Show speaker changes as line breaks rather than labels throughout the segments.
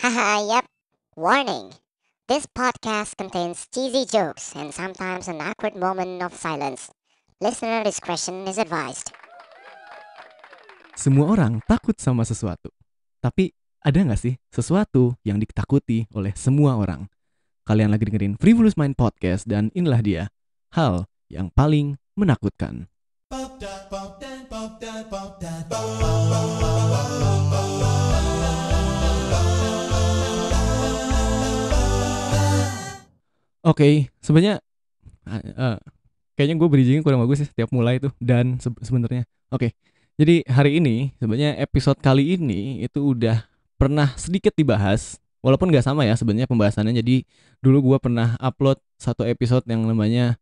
Haha, yep. Warning. This podcast contains cheesy jokes and sometimes an awkward moment of silence. Listener discretion is advised.
Semua orang takut sama sesuatu. Tapi ada gak sih sesuatu yang ditakuti oleh semua orang? Kalian lagi dengerin Frivolous Mind Podcast dan inilah dia, hal yang paling menakutkan. Oke, sebenarnya kayaknya gue bridgingnya kurang bagus ya setiap mulai tuh. Dan sebenarnya oke. Jadi hari ini sebenarnya episode kali ini itu udah pernah sedikit dibahas, walaupun nggak sama ya sebenarnya pembahasannya. Jadi dulu gue pernah upload satu episode yang namanya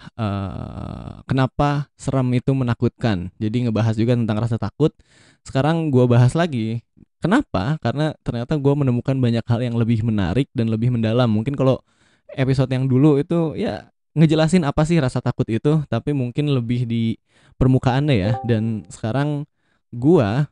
kenapa seram itu menakutkan. Jadi ngebahas juga tentang rasa takut. Sekarang gue bahas lagi. Kenapa? Karena ternyata gue menemukan banyak hal yang lebih menarik dan lebih mendalam. Mungkin kalau episode yang dulu itu ya ngejelasin apa sih rasa takut itu, tapi mungkin lebih di permukaannya ya. Dan sekarang gua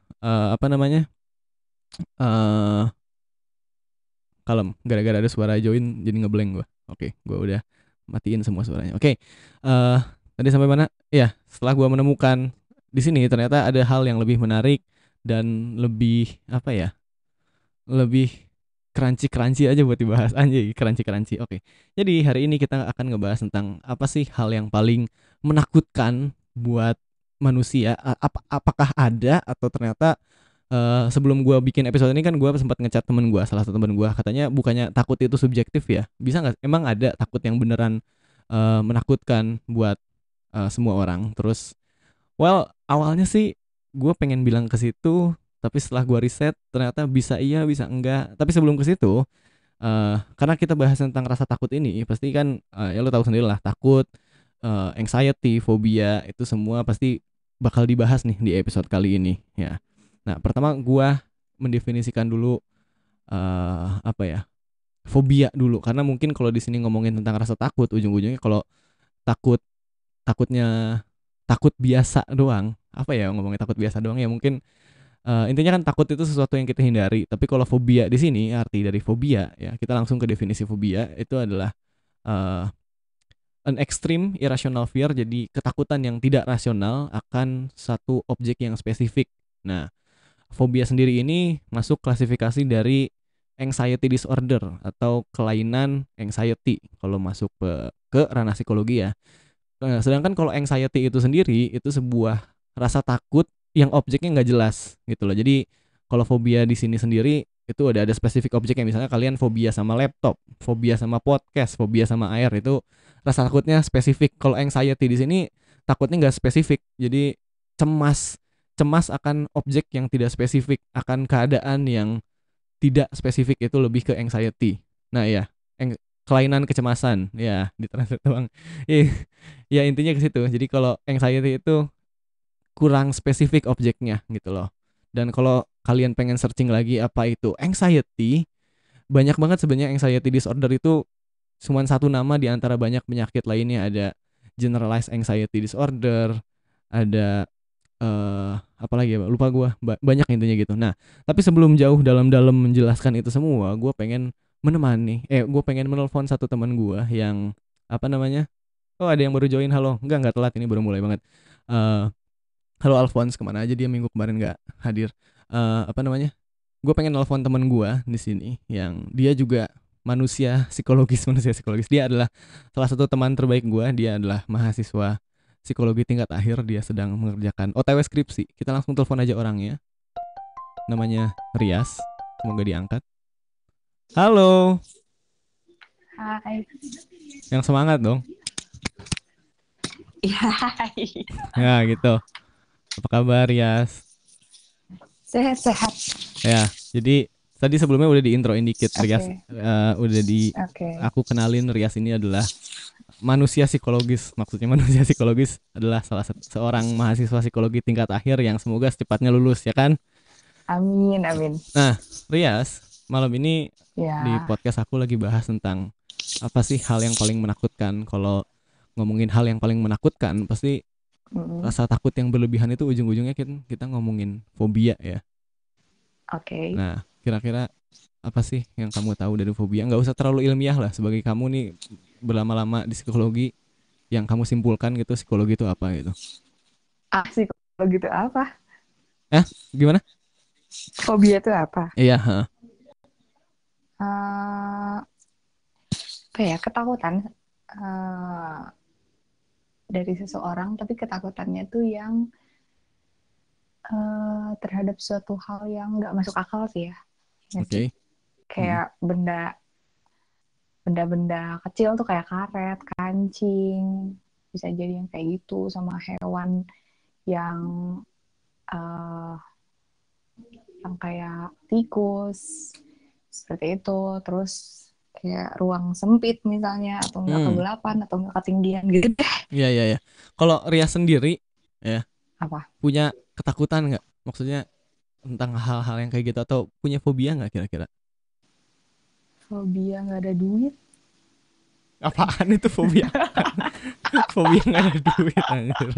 kalem gara-gara ada suara join jadi ngeblank gua. Oke, gua udah matiin semua suaranya. Oke. Tadi sampai mana? Ya, setelah gua menemukan di sini ternyata ada hal yang lebih menarik dan lebih lebih crunchy aja buat dibahas. Anjay, crunchy. Oke. Jadi hari ini kita akan ngebahas tentang apa sih hal yang paling menakutkan buat manusia. Apakah ada atau ternyata sebelum gue bikin episode ini kan gue sempat ngechat temen gue, salah satu temen gue, katanya bukannya takut itu subjektif ya. Bisa nggak? Emang ada takut yang beneran menakutkan buat semua orang. Terus, awalnya sih gue pengen bilang ke situ, tapi setelah gue riset ternyata bisa iya bisa enggak. Tapi sebelum ke situ, karena kita bahas tentang rasa takut ini, pasti kan ya lo tahu sendiri lah, takut, anxiety, fobia itu semua pasti bakal dibahas nih di episode kali ini ya. Nah, pertama gue mendefinisikan dulu fobia dulu, karena mungkin kalau di sini ngomongin tentang rasa takut, ujung-ujungnya kalau takutnya takut biasa doang, ngomongin takut biasa doang ya mungkin. Intinya kan takut itu sesuatu yang kita hindari. Tapi kalau fobia di sini, arti dari fobia ya, kita langsung ke definisi fobia. Itu adalah an extreme irrational fear. Jadi ketakutan yang tidak rasional akan satu objek yang spesifik. Nah, fobia sendiri ini masuk klasifikasi dari anxiety disorder atau kelainan anxiety kalau masuk ke ranah psikologi ya. Sedangkan kalau anxiety itu sendiri itu sebuah rasa takut yang objeknya nggak jelas gitu loh. Jadi kalau fobia di sini sendiri itu ada spesifik objeknya. Misalnya kalian fobia sama laptop, fobia sama podcast, fobia sama air, itu rasa takutnya spesifik. Kalau anxiety di sini takutnya nggak spesifik. Jadi cemas akan objek yang tidak spesifik, akan keadaan yang tidak spesifik, itu lebih ke anxiety. Nah ya, kelainan kecemasan ya, ditranslate doang. Ya intinya ke situ. Jadi kalau anxiety itu kurang spesifik objeknya gitu loh. Dan kalau kalian pengen searching lagi apa itu anxiety, banyak banget sebenarnya anxiety disorder itu cuma satu nama di antara banyak penyakit lainnya. Ada generalized anxiety disorder, ada apa lagi ya, lupa gue, banyak intinya gitu. Nah, tapi sebelum jauh dalam-dalam menjelaskan itu semua, gue pengen menelpon satu teman gue yang oh ada yang baru join. Halo, enggak telat, ini baru mulai banget. Halo Alphonse, kemana aja dia minggu kemarin nggak hadir. Gue pengen nelfon teman gue di sini yang dia juga manusia psikologis. Dia adalah salah satu teman terbaik gue. Dia adalah mahasiswa psikologi tingkat akhir. Dia sedang mengerjakan OTW skripsi. Kita langsung telepon aja orangnya. Namanya Rias. Semoga diangkat. Halo.
Hai.
Yang semangat dong.
Hai.
Ya gitu. Apa kabar Rias?
Sehat.
Ya, jadi tadi sebelumnya udah diintroin dikit. Rias aku kenalin, Rias ini adalah manusia psikologis. Maksudnya manusia psikologis adalah seorang mahasiswa psikologi tingkat akhir yang semoga secepatnya lulus, ya kan?
Amin.
Nah, Rias, malam ini
Ya.
di podcast aku lagi bahas tentang apa sih hal yang paling menakutkan. Kalau ngomongin hal yang paling menakutkan, pasti rasa takut yang berlebihan itu ujung-ujungnya kita ngomongin fobia ya.
Oke.
Nah, kira-kira Apa sih yang kamu tahu dari fobia? Nggak usah terlalu ilmiah lah, sebagai kamu nih berlama-lama di psikologi, yang kamu simpulkan gitu psikologi itu apa gitu.
Asik kalau gitu apa?
Gimana?
Fobia itu apa?
Iya, heeh.
Eh, apa ya? Ketakutan dari seseorang, tapi ketakutannya tuh yang terhadap suatu hal yang nggak masuk akal sih ya. Nggak sih?
Oke. Mm.
Kayak benda-benda kecil tuh kayak karet, kancing, bisa jadi yang kayak gitu sama hewan yang eh, yang kayak tikus seperti itu. Terus kayak ruang sempit misalnya, atau enggak
Hmm.
kegelapan, atau enggak ketinggian gitu deh.
Iya, iya, iya. Kalau Ria sendiri ya
Apa?
punya ketakutan nggak? Maksudnya tentang hal-hal yang kayak gitu, atau punya fobia nggak kira-kira?
Fobia nggak ada duit.
Apaan itu fobia? Fobia nggak ada duit anjir.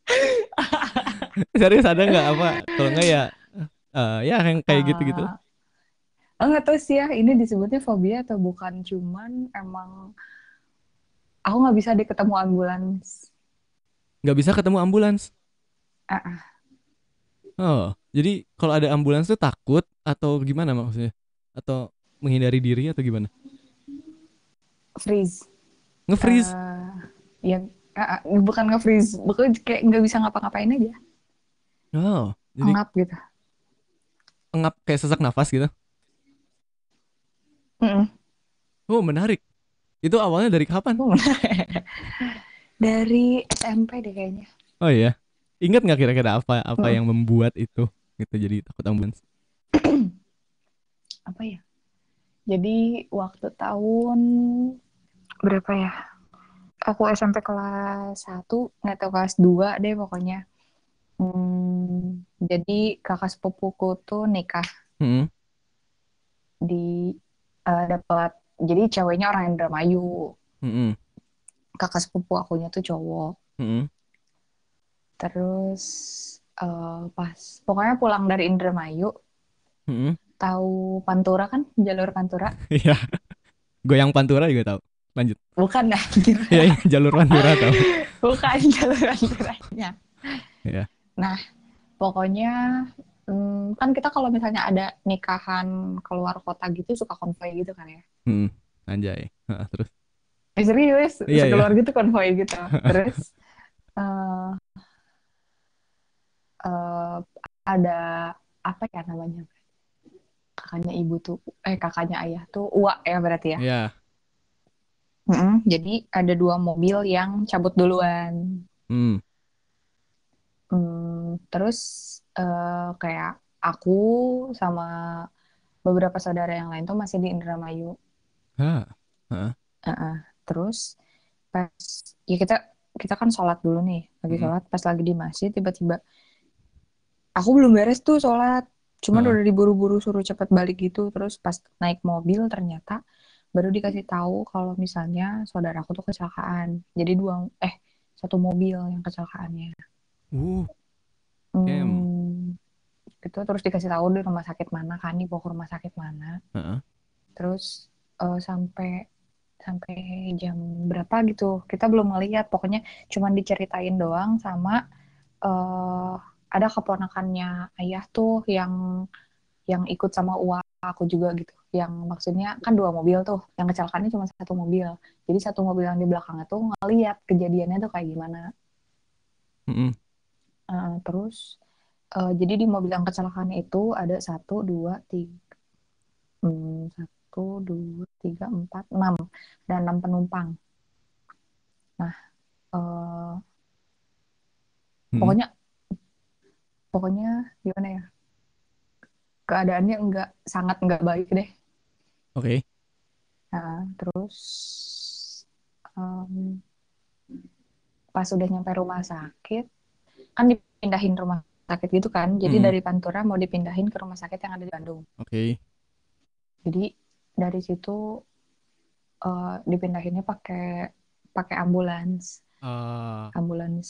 Serius ada nggak apa? Kalau nggak ya ya yang kayak gitu-gitu.
Uh, Enggak tahu sih ya, ini disebutnya fobia atau bukan. Cuman emang aku nggak bisa deh ketemu ambulans.
Nggak bisa ketemu ambulans.
Ah, ah,
Oh, jadi kalau ada ambulans tuh takut atau gimana maksudnya? Atau menghindari diri atau gimana?
freeze.
Nge-freeze.
Eh, yang bukan nge-freeze, bukan kayak nggak bisa ngapa-ngapain aja,
Oh, jadi
ngap gitu.
engap kayak sesak nafas gitu.
Mm-mm.
Oh, menarik. Itu awalnya dari kapan?
Dari SMP deh kayaknya.
Oh iya. Ingat nggak kira-kira apa apa
Mm.
yang membuat itu gitu jadi takut ambulans?
Apa ya? Jadi waktu tahun berapa ya? Aku SMP kelas 1, nggak tahu kelas 2 deh pokoknya. Jadi kakak sepupuku tuh nikah
Hmm.
di dapat, jadi ceweknya orang Indramayu,
Hmm.
kakak sepupu akunya tuh cowok.
Hmm.
Terus pas pokoknya pulang dari Indramayu,
Hmm.
tahu Pantura kan, jalur Pantura?
Iya, goyang pantura juga tahu. Lanjut.
Bukan dah.
Iya, iya, jalur pantura tahu.
Bukan jalur Panturanya.
Iya.
Nah, pokoknya kan kita kalau misalnya ada nikahan keluar kota gitu suka konvoy gitu kan ya.
Hmm. Anjay. Terus.
Serius,
Iya, iya.
sekeluar gitu konvoy gitu. Terus eh, eh, ada apa ya namanya? Kakaknya ibu tuh, kakaknya ayah tuh uak ya berarti ya.
Iya.
Jadi ada 2 mobil yang cabut duluan.
Hmm.
Terus kayak aku sama beberapa saudara yang lain tuh masih di Indramayu.
Hah. Heeh.
Heeh. Terus pas ya kita kita kan sholat dulu nih, lagi
Hmm.
sholat, pas lagi di masjid tiba-tiba aku belum beres tuh sholat, cuman
Heeh.
udah diburu-buru suruh cepet balik gitu. Terus pas naik mobil ternyata baru dikasih tahu kalau misalnya saudaraku tuh kecelakaan. Jadi satu mobil yang kecelakaannya.
Uh. Damn.
Hmm, itu terus dikasih tahu di rumah sakit mana kan, dibawa ke rumah sakit mana.
Heeh.
Terus sampai sampai jam berapa gitu kita belum ngeliat, pokoknya cuman diceritain doang sama eh ada keponakannya ayah tuh yang ikut sama uang aku juga gitu, yang maksudnya kan 2 mobil tuh, yang kecelakaannya cuma satu mobil, jadi satu mobil yang di belakangnya tuh ngeliat kejadiannya tuh kayak gimana.
Hmm.
Terus jadi di mobil yang kecelakaan itu ada satu dua tiga, 1, 2, 3, 4, 6, dan 6 penumpang. Nah, eh,
Hmm.
pokoknya pokoknya gimana ya, keadaannya sangat nggak baik deh.
Oke.
Nah, terus em, pas udah nyampe rumah sakit, kan dipindahin rumah sakit gitu kan, jadi
Hmm.
dari Pantura mau dipindahin ke rumah sakit yang ada di Bandung.
Oke.
Jadi dari situ dipindahinnya pakai pakai ambulans.
Ah.
Ambulans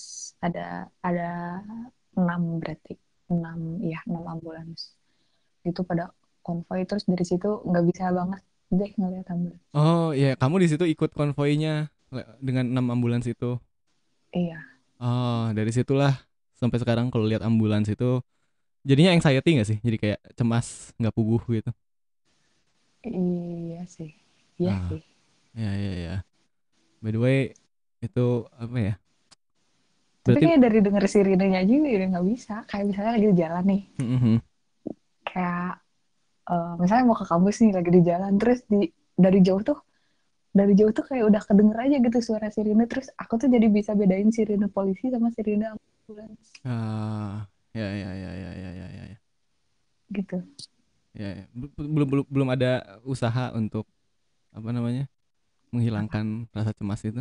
ada 6 berarti, 6 ya 6 ambulans itu pada konvoy, terus dari situ nggak bisa banget deh ngeliat ambulans.
Oh iya, kamu di situ ikut konvoinya dengan 6 ambulans itu.
Iya,
Oh, dari situlah sampai sekarang kalau lihat ambulans itu jadinya anxiety nggak sih? Jadi kayak cemas, nggak puguh gitu.
iya sih, iya
Ah,
sih.
ya ya ya. By the way, itu apa ya?
Tapi
Berarti
kayak dari denger sirinenya aja udah nggak bisa. Kayak misalnya lagi di jalan nih,
mhm.
kayak misalnya mau ke kampus nih lagi di jalan, terus dari jauh tuh dari jauh tuh kayak udah kedenger aja gitu suara sirine, terus aku tuh jadi bisa bedain sirine polisi sama sirine ambulans
Ah, ya ya ya ya ya ya ya. Ya.
gitu.
Ya, ya. Belum ada usaha untuk apa namanya?
Apa?
Menghilangkan rasa cemas itu.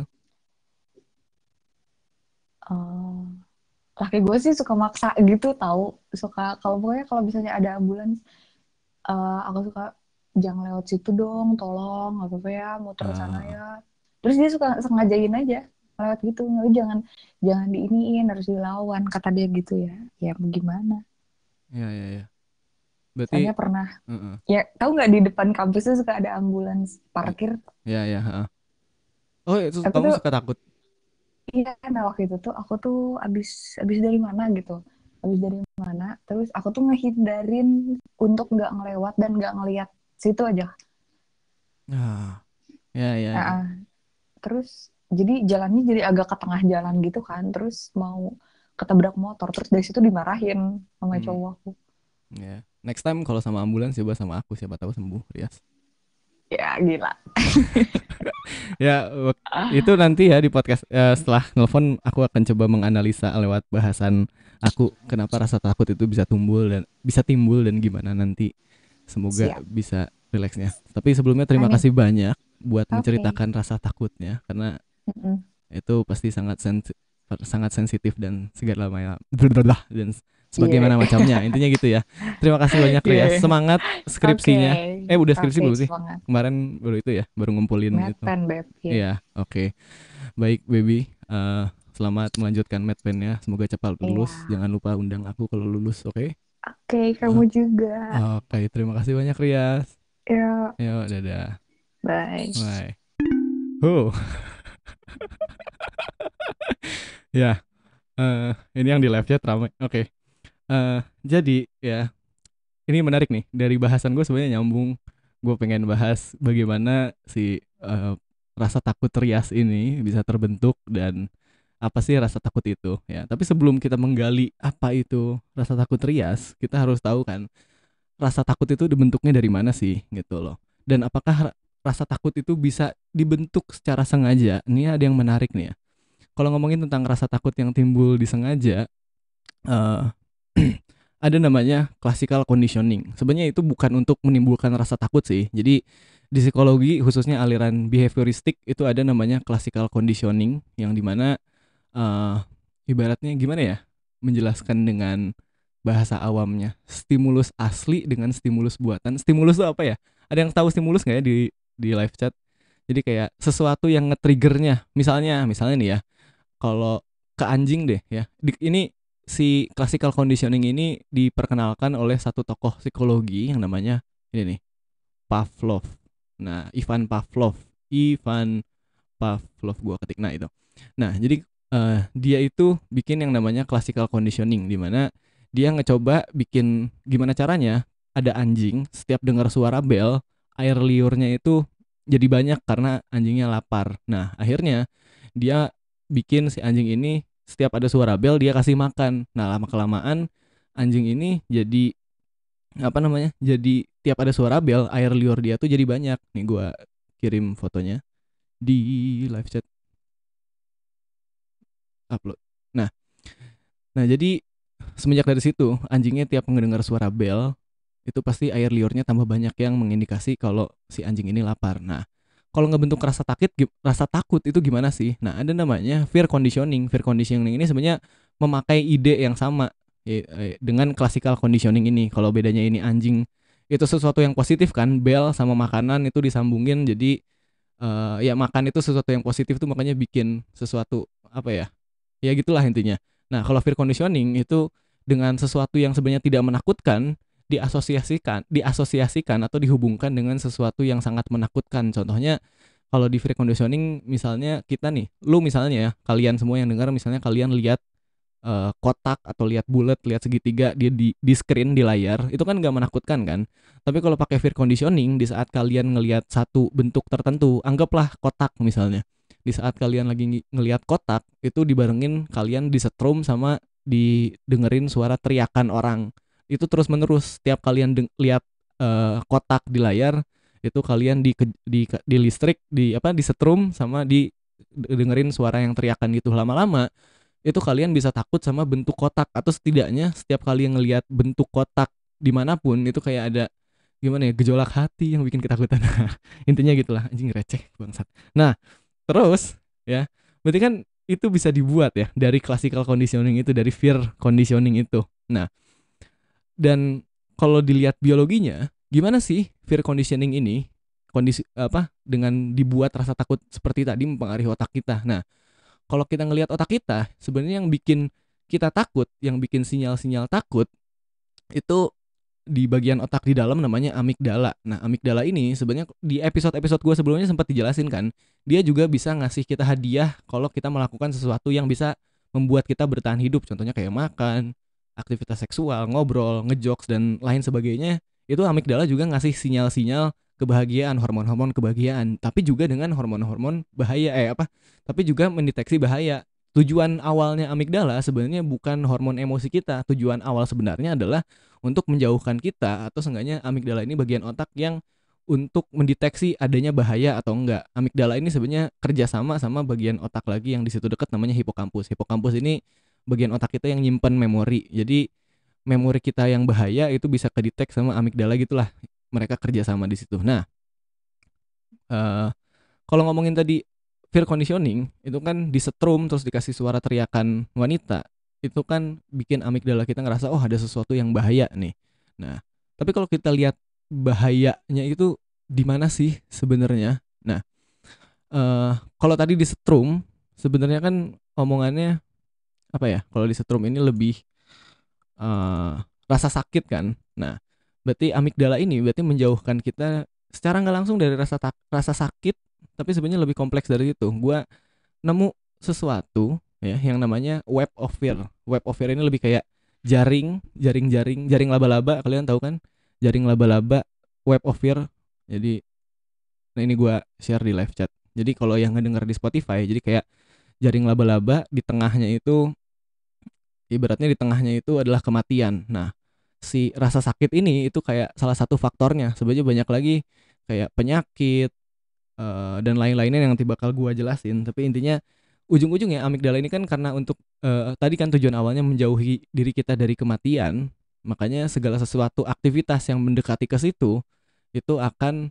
Eh, Laki gue sih suka maksa gitu tahu, suka kalau pokoknya kalau misalnya ada ambulans, aku suka jangan lewat situ dong, tolong apa apa ya, muter sana ya.
Ah,
Terus dia suka sengajain aja lewat gitu, nggak, jangan jangan diiniin, harus dilawan kata dia gitu ya. Ya gimana?
ya ya ya. Berarti
Soalnya pernah,
heeh.
ya tahu nggak di depan kampus tuh suka ada ambulans parkir.
Ya ya, heeh. Oh, itu
Aku
kamu
tuh,
suka takut.
iya, nah waktu itu tuh aku tuh abis abis dari mana gitu, abis dari mana, terus aku tuh ngehindarin untuk nggak ngelewat dan nggak ngeliat situ aja.
Ah, ya ya
Nah,
ya.
terus jadi jalannya jadi agak ke tengah jalan gitu kan, terus mau ketabrak motor, terus dari situ dimarahin sama
Hmm,
cowokku.
ya. Next time kalau sama ambulans coba sama aku, siapa tahu sembuh, Rias.
Ya gila.
Ya, itu
Ah,
nanti ya di podcast setelah nelfon aku akan coba menganalisa lewat bahasan aku kenapa rasa takut itu bisa timbul dan gimana nanti. Semoga
siap.
bisa rileksnya. Tapi sebelumnya terima
Amin.
kasih banyak buat
Oke.
menceritakan rasa takutnya karena
Mm-mm.
itu pasti sangat sensitif dan segala macam dan
Iya.
sebagaimana macamnya. Intinya gitu ya. Terima kasih banyak
Iya.
Rias. Semangat
Oke.
skripsinya. Udah skripsi
Oke,
belum sih?
semangat.
Kemarin baru itu ya, baru ngumpulin itu.
Medpen, Beb. Iya.
Iya, oke. Baik, baby. Selamat melanjutkan medpennya. Semoga cepat
Iya.
lulus. Jangan lupa undang aku kalau lulus, oke?
Oke, kamu
Eh,
juga.
oke, terima kasih banyak Rias.
Ya,
Yuk, dadah.
bye.
Bye. Huh, ya. Ini yang di live chat ramai. Oke. Jadi ya, ini menarik nih. Dari bahasan gue sebenarnya nyambung. Gue pengen bahas bagaimana si rasa takut Rias ini bisa terbentuk dan apa sih rasa takut itu ya. Tapi sebelum kita menggali apa itu rasa takut Rias, kita harus tahu kan rasa takut itu dibentuknya dari mana sih gitu loh. Dan apakah rasa takut itu bisa dibentuk secara sengaja? Ini ada yang menarik nih ya. Kalau ngomongin tentang rasa takut yang timbul disengaja, eh ada namanya classical conditioning. Sebenarnya itu bukan untuk menimbulkan rasa takut sih. Jadi di psikologi khususnya aliran behavioristik itu ada namanya classical conditioning yang dimana eh ibaratnya gimana ya menjelaskan dengan bahasa awamnya stimulus asli dengan stimulus buatan. Stimulus itu apa ya? Ada yang tahu stimulus nggak ya di live chat? Jadi kayak sesuatu yang nge-triggernya. Misalnya nih ya, kalau ke anjing deh ya. Ini si classical conditioning ini diperkenalkan oleh satu tokoh psikologi yang namanya ini nih, Pavlov. Nah, Ivan Pavlov gua ketik nah itu. Nah, jadi dia itu bikin yang namanya classical conditioning di mana dia ngecoba bikin gimana caranya ada anjing setiap dengar suara bel, air liurnya itu jadi banyak karena anjingnya lapar. Nah, akhirnya dia bikin si anjing ini setiap ada suara bel dia kasih makan. Nah, lama kelamaan anjing ini jadi apa namanya? Jadi tiap ada suara bel, air liur dia tuh jadi banyak. Nih gua kirim fotonya di live chat upload. Nah, nah jadi semenjak dari situ anjingnya tiap mendengar suara bel itu pasti air liurnya tambah banyak yang mengindikasi kalau si anjing ini lapar. Nah, kalau ngebentuk rasa takut itu gimana sih? Nah, ada namanya fear conditioning. Fear conditioning ini sebenarnya memakai ide yang sama dengan classical conditioning ini. Kalau bedanya ini anjing itu sesuatu yang positif kan, bel sama makanan itu disambungin jadi ya makan itu sesuatu yang positif tuh makanya bikin sesuatu apa ya? Ya gitulah intinya. Nah, kalau fear conditioning itu dengan sesuatu yang sebenarnya tidak menakutkan diasosiasikan atau dihubungkan dengan sesuatu yang sangat menakutkan. Contohnya kalau di fear conditioning misalnya kita nih, lu misalnya ya, kalian semua yang dengar misalnya kalian lihat kotak atau lihat bulat, lihat segitiga dia di screen di layar, itu kan nggak menakutkan kan. Tapi kalau pakai fear conditioning, di saat kalian ngelihat satu bentuk tertentu, anggaplah kotak misalnya, di saat kalian lagi ngelihat kotak itu dibarengin kalian disetrum sama didengerin suara teriakan orang, itu terus menerus. Setiap kalian lihat kotak di layar, itu kalian di listrik, disetrum sama dengerin suara yang teriakan gitu. Lama-lama itu kalian bisa takut sama bentuk kotak, atau setidaknya setiap kali ngelihat bentuk kotak dimanapun itu kayak ada gimana ya, gejolak hati yang bikin ketakutan. Intinya gitulah, anjing receh bangsat. Nah terus ya, berarti kan itu bisa dibuat ya dari classical conditioning itu, dari fear conditioning itu. Nah, dan kalau dilihat biologinya, gimana sih fear conditioning ini dengan dibuat rasa takut seperti tadi mempengaruhi otak kita. Nah, kalau kita ngelihat otak kita, sebenarnya yang bikin kita takut, yang bikin sinyal-sinyal takut itu di bagian otak di dalam namanya amigdala. Nah, amigdala ini sebenarnya di episode-episode gue sebelumnya sempat dijelasin kan, dia juga bisa ngasih kita hadiah kalau kita melakukan sesuatu yang bisa membuat kita bertahan hidup. Contohnya kayak makan, aktivitas seksual, ngobrol, ngejokes, dan lain sebagainya. Itu amigdala juga ngasih sinyal-sinyal kebahagiaan, hormon-hormon kebahagiaan. Tapi juga dengan hormon-hormon bahaya, tapi juga mendeteksi bahaya. Tujuan awalnya amigdala sebenarnya bukan hormon emosi kita. Tujuan awal sebenarnya adalah untuk menjauhkan kita, atau seenggaknya amigdala ini bagian otak yang untuk mendeteksi adanya bahaya atau enggak. Amigdala ini sebenarnya kerjasama sama bagian otak lagi yang di situ dekat namanya hipokampus. Hipokampus ini bagian otak kita yang nyimpen memori. Jadi memori kita yang bahaya itu bisa kedetek sama amigdala gitulah. Mereka kerjasama di situ. Nah, kalau ngomongin tadi fear conditioning itu kan disetrum terus dikasih suara teriakan wanita, itu kan bikin amigdala kita ngerasa oh ada sesuatu yang bahaya nih. Nah, tapi kalau kita lihat bahayanya itu di mana sih sebenarnya? Nah, kalau tadi disetrum sebenarnya kan omongannya apa ya? Kalau disetrum ini lebih rasa sakit kan. Nah, berarti amigdala ini berarti menjauhkan kita secara nggak langsung dari rasa sakit, tapi sebenarnya lebih kompleks dari itu. Gua nemu sesuatu ya yang namanya web of fear. Web of fear ini lebih kayak jaring laba-laba, kalian tahu kan? Jaring laba-laba, web of fear. Jadi nah ini gua share di live chat. Jadi kalau yang ngedenger di Spotify, jadi kayak jaring laba-laba, di tengahnya itu ibaratnya di tengahnya itu adalah kematian. Nah, si rasa sakit ini itu kayak salah satu faktornya. Sebenarnya banyak lagi kayak penyakit dan lain-lainnya yang nanti bakal gua jelasin. Tapi intinya ujung-ujungnya amigdala ini kan karena untuk tadi kan tujuan awalnya menjauhi diri kita dari kematian. Makanya segala sesuatu aktivitas yang mendekati ke situ itu akan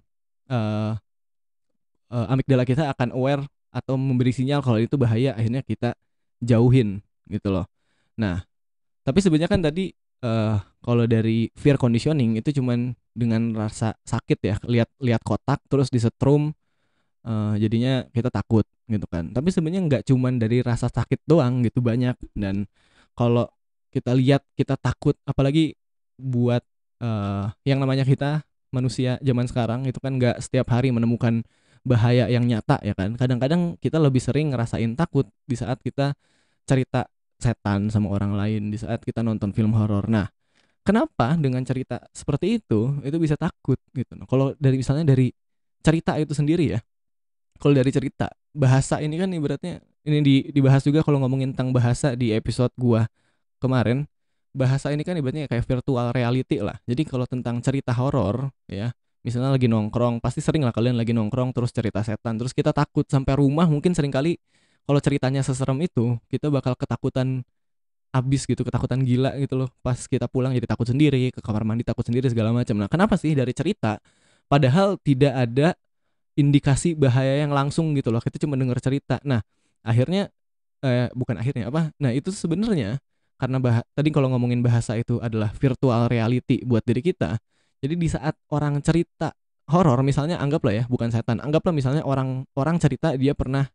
amigdala kita akan aware atau memberi sinyal kalau itu bahaya, akhirnya kita jauhin gitu loh. Nah, tapi sebenarnya kan tadi kalau dari fear conditioning itu cuman dengan rasa sakit ya, lihat kotak terus disetrum, jadinya kita takut gitu kan. Tapi sebenarnya nggak cuman dari rasa sakit doang gitu, banyak. Dan kalau kita lihat kita takut, apalagi buat yang namanya kita manusia zaman sekarang itu kan nggak setiap hari menemukan bahaya yang nyata ya kan. Kadang-kadang kita lebih sering ngerasain takut di saat kita cerita setan sama orang lain, di saat kita nonton film horor. Nah, kenapa dengan cerita seperti itu bisa takut gitu. Nah, kalau dari misalnya dari cerita itu sendiri ya. Kalau dari cerita, bahasa ini kan ibaratnya ini dibahas juga kalau ngomongin tentang bahasa di episode gua kemarin. Bahasa ini kan ibaratnya kayak virtual reality lah. Jadi kalau tentang cerita horor ya, misalnya lagi nongkrong, pasti sering lah kalian lagi nongkrong terus cerita setan, terus kita takut sampai rumah, mungkin sering kali kalau ceritanya seserem itu, kita bakal ketakutan abis gitu, ketakutan gila gitu loh. Pas kita pulang jadi takut sendiri, ke kamar mandi takut sendiri segala macam. Nah, kenapa sih dari cerita padahal tidak ada indikasi bahaya yang langsung gitu loh. Kita cuma dengar cerita. Nah, akhirnya bukan akhirnya apa? Nah, itu sebenarnya karena tadi kalau ngomongin bahasa itu adalah virtual reality buat diri kita. Jadi di saat orang cerita horor misalnya, anggaplah ya, bukan setan, anggaplah misalnya orang cerita dia pernah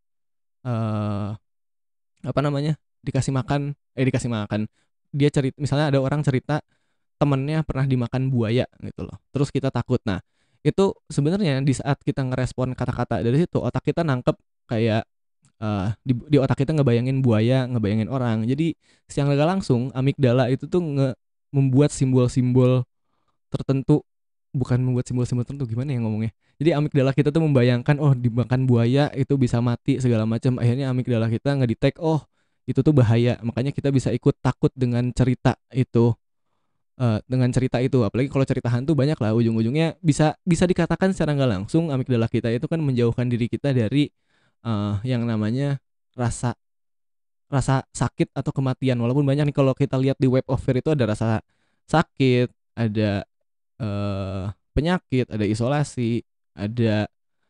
dikasih makan, dia cerita misalnya ada orang cerita temennya pernah dimakan buaya gitu loh. Terus kita takut. Nah, itu sebenarnya di saat kita ngerespon kata-kata dari situ, otak kita nangkep kayak di otak kita ngebayangin buaya, ngebayangin orang. Jadi secara nggak langsung amigdala itu tuh membuat simbol-simbol tertentu, bukan membuat simbol-simbol tertentu, gimana ya ngomongnya. Jadi amigdala kita tuh membayangkan oh dimakan buaya itu bisa mati segala macam. Akhirnya amigdala kita ngedetect oh itu tuh bahaya. Makanya kita bisa ikut takut dengan cerita itu. Dengan cerita itu, apalagi kalau cerita hantu banyak lah, ujung-ujungnya bisa bisa dikatakan secara nggak langsung amigdala kita itu kan menjauhkan diri kita dari yang namanya rasa rasa sakit atau kematian. Walaupun banyak nih kalau kita lihat di Web of Fear itu ada rasa sakit, ada penyakit, ada isolasi, ada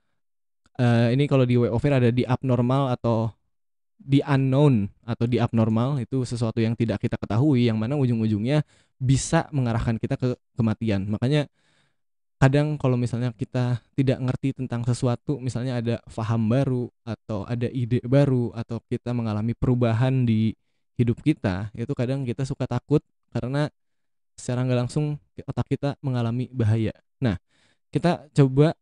ini kalau di Web of Fear ada di abnormal atau di unknown atau di abnormal, itu sesuatu yang tidak kita ketahui yang mana ujung-ujungnya bisa mengarahkan kita ke kematian. Makanya kadang kalau misalnya kita tidak ngerti tentang sesuatu, misalnya ada paham baru atau ada ide baru atau kita mengalami perubahan di hidup kita, itu kadang kita suka takut karena secara nggak langsung otak kita mengalami bahaya. Nah, kita coba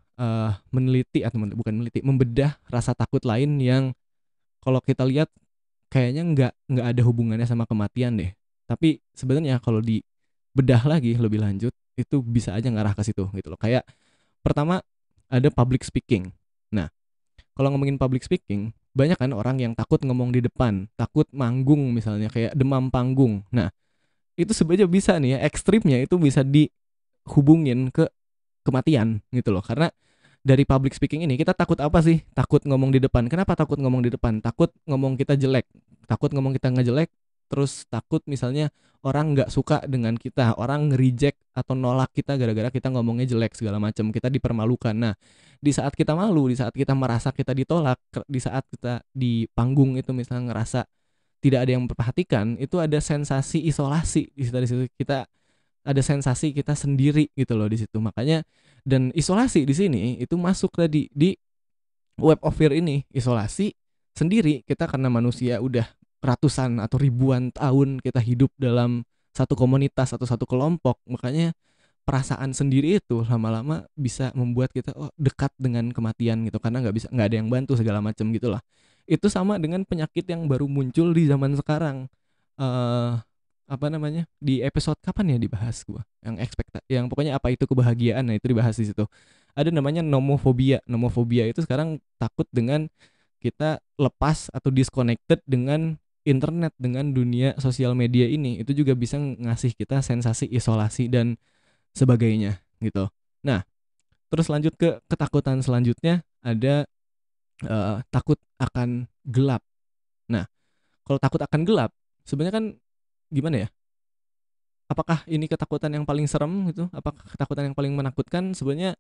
meneliti atau bukan meneliti, membedah rasa takut lain yang kalau kita lihat kayaknya nggak ada hubungannya sama kematian deh. Tapi sebenarnya kalau dibedah lagi lebih lanjut itu bisa aja ngarah ke situ gitu loh. Kayak pertama ada public speaking. Nah, kalau ngomongin public speaking, banyak kan orang yang takut ngomong di depan, takut manggung misalnya kayak demam panggung. Nah, itu sebenarnya bisa nih ya, ekstrimnya itu bisa dihubungin ke kematian gitu loh. Karena dari public speaking ini kita takut apa sih? Takut ngomong di depan. Kenapa takut ngomong di depan? Takut ngomong kita jelek. Takut ngomong kita ngejelek. Terus takut misalnya orang nggak suka dengan kita, orang nge-reject atau nolak kita gara-gara kita ngomongnya jelek segala macam. Kita dipermalukan. Nah, di saat kita malu, di saat kita merasa kita ditolak, di saat kita di panggung itu misalnya ngerasa tidak ada yang memperhatikan, itu ada sensasi isolasi di situ kita ada sensasi kita sendiri gitu loh di situ. Makanya dan isolasi di sini itu masuk tadi di Web of Fear ini, isolasi sendiri kita karena manusia udah ratusan atau ribuan tahun kita hidup dalam satu komunitas atau satu kelompok, makanya perasaan sendiri itu lama-lama bisa membuat kita dekat dengan kematian gitu karena nggak ada yang bantu segala macam gitulah. Itu sama dengan penyakit yang baru muncul di zaman sekarang. eh Apa namanya, di episode kapan ya dibahas gua yang yang pokoknya apa itu kebahagiaan, nah itu dibahas di situ. Ada namanya nomofobia itu sekarang takut dengan kita lepas atau disconnected dengan internet, dengan dunia sosial media ini, itu juga bisa ngasih kita sensasi isolasi dan sebagainya gitu. Nah, terus lanjut ke ketakutan selanjutnya ada takut akan gelap. Nah, kalau takut akan gelap sebenarnya kan gimana ya, apakah ini ketakutan yang paling serem gitu? Apakah ketakutan yang paling menakutkan? Sebenarnya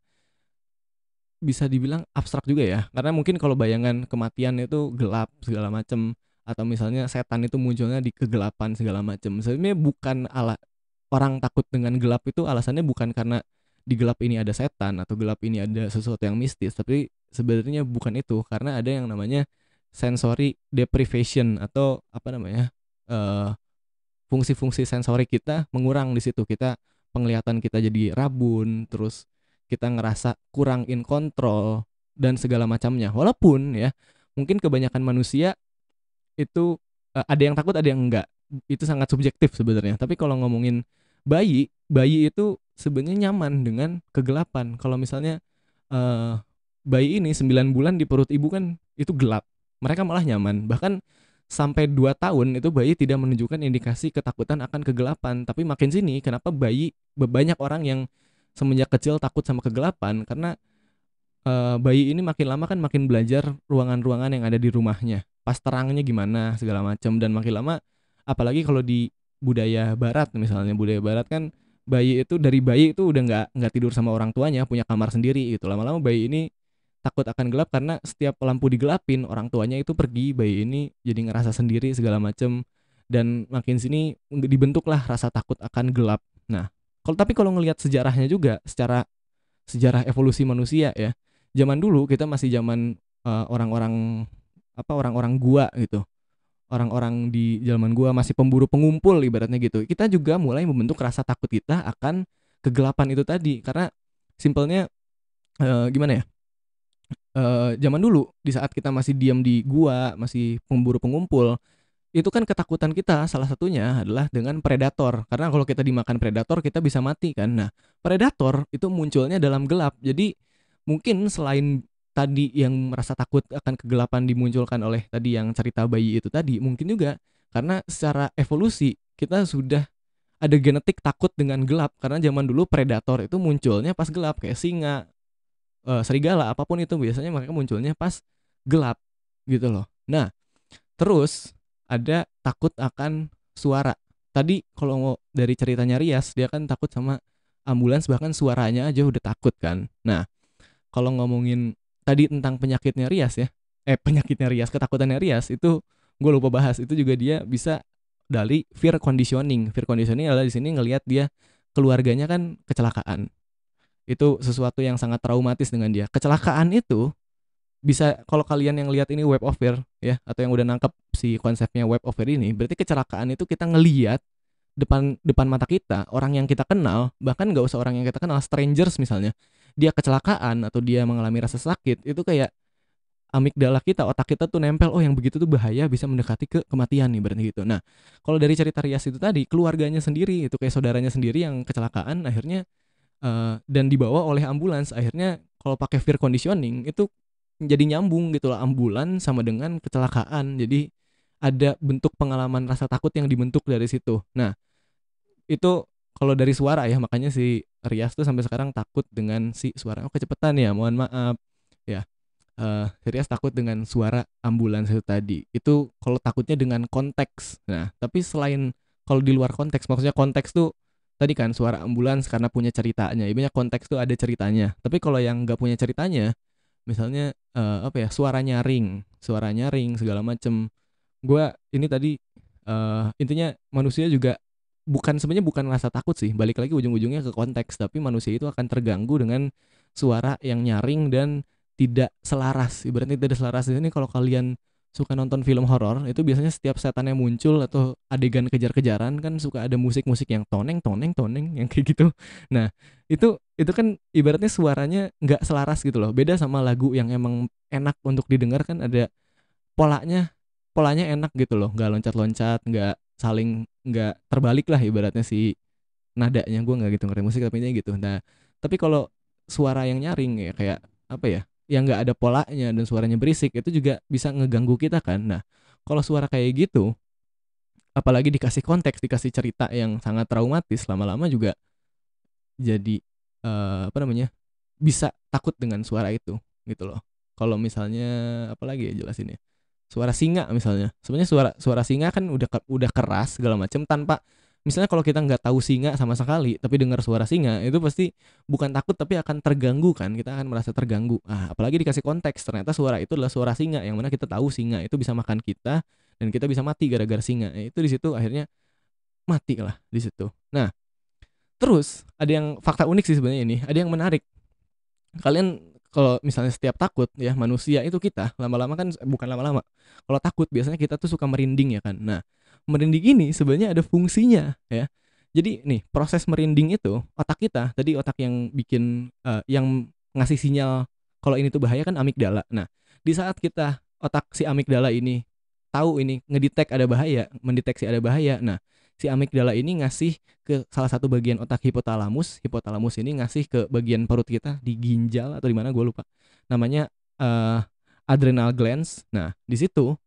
bisa dibilang abstrak juga ya. Karena mungkin kalau bayangan kematian itu gelap segala macam atau misalnya setan itu munculnya di kegelapan segala macam. Sebenarnya bukan orang takut dengan gelap itu alasannya bukan karena di gelap ini ada setan atau gelap ini ada sesuatu yang mistis, tapi sebenarnya bukan itu, karena ada yang namanya sensory deprivation atau apa namanya? Fungsi-fungsi sensori kita mengurang di situ. Kita penglihatan kita jadi rabun, terus kita ngerasa kurang in control dan segala macamnya. Walaupun ya mungkin kebanyakan manusia itu ada yang takut ada yang enggak. Itu sangat subjektif sebenarnya. Tapi kalau ngomongin bayi itu sebenarnya nyaman dengan kegelapan. Kalau misalnya bayi ini 9 bulan di perut ibu kan itu gelap. Mereka malah nyaman. Bahkan sampai 2 tahun itu bayi tidak menunjukkan indikasi ketakutan akan kegelapan. Tapi makin sini kenapa banyak orang yang semenjak kecil takut sama kegelapan, karena bayi ini makin lama kan makin belajar ruangan-ruangan yang ada di rumahnya. Pas terangnya gimana segala macam, dan makin lama apalagi kalau di budaya barat misalnya, budaya barat kan dari bayi itu udah nggak tidur sama orang tuanya, punya kamar sendiri gitu. Lama-lama bayi ini takut akan gelap karena setiap lampu digelapin orang tuanya itu pergi, bayi ini jadi ngerasa sendiri segala macem, dan makin sini dibentuklah rasa takut akan gelap. Nah, kalau ngelihat sejarahnya juga, secara sejarah evolusi manusia ya, zaman dulu kita masih zaman orang-orang gua gitu. orang-orang di zaman gua masih pemburu pengumpul ibaratnya gitu, kita juga mulai membentuk rasa takut kita akan kegelapan itu tadi. Karena simpelnya gimana ya? Zaman dulu di saat kita masih diam di gua, masih pemburu pengumpul, itu kan ketakutan kita salah satunya adalah dengan predator. Karena kalau kita dimakan predator kita bisa mati kan. Nah, predator itu munculnya dalam gelap. Jadi mungkin selain tadi yang merasa takut akan kegelapan dimunculkan oleh tadi yang cerita bayi itu tadi, mungkin juga karena secara evolusi kita sudah ada genetik takut dengan gelap. Karena zaman dulu predator itu munculnya pas gelap, kayak singa, serigala, apapun itu biasanya mereka munculnya pas gelap gitu loh. Nah, terus ada takut akan suara. Tadi kalau mau dari ceritanya Rias, dia kan takut sama ambulans, bahkan suaranya aja udah takut kan. Nah, kalau ngomongin tadi tentang penyakitnya Rias ya, penyakitnya Rias, ketakutannya Rias itu gue lupa bahas. Itu juga dia bisa dari fear conditioning. Fear conditioning adalah di sini ngelihat dia keluarganya kan kecelakaan. Itu sesuatu yang sangat traumatis dengan dia. Kecelakaan itu bisa, kalau kalian yang lihat ini web of fear ya, atau yang udah nangkep si konsepnya web of fear ini, berarti kecelakaan itu kita ngelihat depan depan mata kita orang yang kita kenal, bahkan nggak usah orang yang kita kenal, strangers misalnya, dia kecelakaan atau dia mengalami rasa sakit, itu kayak amigdala kita, otak kita tuh nempel, oh yang begitu tuh bahaya, bisa mendekati ke kematian nih, berarti gitu. Nah, kalau dari cerita Rias itu tadi, keluarganya sendiri itu kayak saudaranya sendiri yang kecelakaan akhirnya, dan dibawa oleh ambulans, akhirnya kalau pakai fear conditioning itu jadi nyambung gitu lah, ambulan sama dengan kecelakaan. Jadi ada bentuk pengalaman rasa takut yang dibentuk dari situ. Nah, itu kalau dari suara ya, makanya si Rias tuh sampai sekarang takut dengan si suara. Oh, kecepatan ya, mohon maaf. Ya, si Rias takut dengan suara ambulans itu tadi. Itu kalau takutnya dengan konteks. Nah, tapi selain kalau di luar konteks, maksudnya konteks tuh tadi kan suara ambulans karena punya ceritanya. Ibaratnya konteks tuh ada ceritanya. Tapi kalau yang nggak punya ceritanya, misalnya apa ya, suara nyaring segala macem. Gua ini tadi intinya manusia juga sebenarnya bukan rasa takut sih, balik lagi ujung-ujungnya ke konteks, tapi manusia itu akan terganggu dengan suara yang nyaring dan tidak selaras. Ibaratnya tidak selaras di sini, kalau kalian suka nonton film horor itu biasanya setiap setannya muncul atau adegan kejar-kejaran kan suka ada musik-musik yang toneng toneng toneng yang kayak gitu. Nah, itu kan ibaratnya suaranya nggak selaras gitu loh. Beda sama lagu yang emang enak untuk didengar, kan ada polanya polanya enak gitu loh, nggak loncat-loncat, nggak terbalik lah ibaratnya si nadanya. Gue nggak gitu ngerti musik tapi ini gitu. Nah, tapi kalau suara yang nyaring ya kayak apa ya, yang nggak ada polanya dan suaranya berisik, itu juga bisa ngeganggu kita kan. Nah, kalau suara kayak gitu, apalagi dikasih konteks, dikasih cerita yang sangat traumatis, lama-lama juga jadi apa namanya, bisa takut dengan suara itu gitu loh. Kalau misalnya apalagi ya jelasin ya, suara singa misalnya, sebenarnya suara suara singa kan udah keras segala macam, tanpa misalnya kalau kita nggak tahu singa sama sekali tapi dengar suara singa, itu pasti bukan takut tapi akan terganggu kan, kita akan merasa terganggu. Apalagi dikasih konteks ternyata suara itu adalah suara singa, yang mana kita tahu singa itu bisa makan kita dan kita bisa mati gara-gara singa. Itu di situ akhirnya mati lah di situ. Nah, terus ada yang fakta unik sih sebenarnya, ini ada yang menarik. Kalian kalau misalnya setiap takut ya, manusia itu kita lama-lama kan, bukan lama-lama, kalau takut biasanya kita tuh suka merinding ya kan. Nah, merinding ini sebenarnya ada fungsinya ya. Jadi nih, proses merinding itu otak kita tadi, otak yang bikin yang ngasih sinyal kalau ini tuh bahaya kan amigdala. Nah, di saat kita, otak si amigdala ini tahu ini ngedetek ada bahaya, mendeteksi ada bahaya. Nah, si amigdala ini ngasih ke salah satu bagian otak, hipotalamus. Hipotalamus ini ngasih ke bagian perut kita di ginjal atau di mana gue lupa. Namanya adrenal glands. Nah, di situ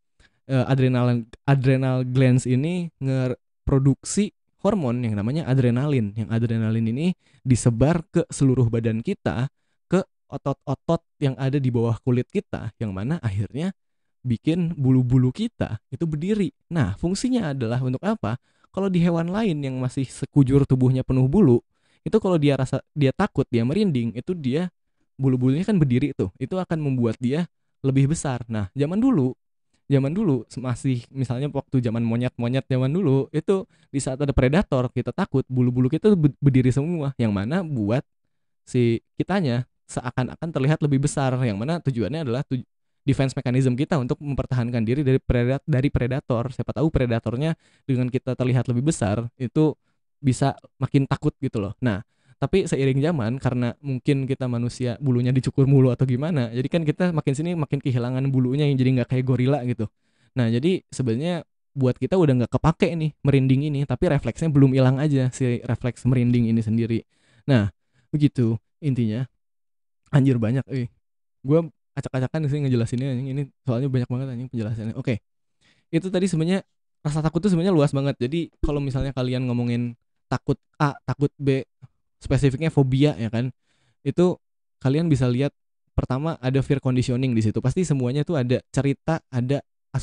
adrenal glands ini ngeproduksi hormon yang namanya adrenalin. Yang adrenalin ini disebar ke seluruh badan kita, ke otot-otot yang ada di bawah kulit kita, yang mana akhirnya bikin bulu-bulu kita itu berdiri. Nah, fungsinya adalah untuk apa? Kalau di hewan lain yang masih sekujur tubuhnya penuh bulu, itu kalau dia rasa dia takut, dia merinding, itu dia bulu-bulunya kan berdiri tuh. Itu akan membuat dia lebih besar. Nah, zaman dulu masih misalnya waktu zaman monyet-monyet zaman dulu, itu di saat ada predator kita takut, bulu-bulu kita tuh berdiri semua, yang mana buat si kitanya seakan-akan terlihat lebih besar, yang mana tujuannya adalah defense mechanism kita untuk mempertahankan diri dari predator. Siapa tahu predatornya dengan kita terlihat lebih besar itu bisa makin takut gitu loh. Nah, tapi seiring zaman karena mungkin kita manusia bulunya dicukur mulu atau gimana, jadi kan kita makin sini makin kehilangan bulunya yang jadi nggak kayak gorila gitu. Nah, jadi sebenarnya buat kita udah nggak kepake nih merinding ini, tapi refleksnya belum hilang aja si refleks merinding ini sendiri. Nah, begitu intinya. Anjir banyak, gue acak-acakan sih ngejelasinnya anjing, ini soalnya banyak banget anjing penjelasannya. Oke. Itu tadi sebenarnya rasa takut tuh sebenarnya luas banget. Jadi kalau misalnya kalian ngomongin takut A, takut B, spesifiknya fobia ya kan. Itu kalian bisa lihat pertama ada fear conditioning di situ. Pasti semuanya tuh ada cerita, ada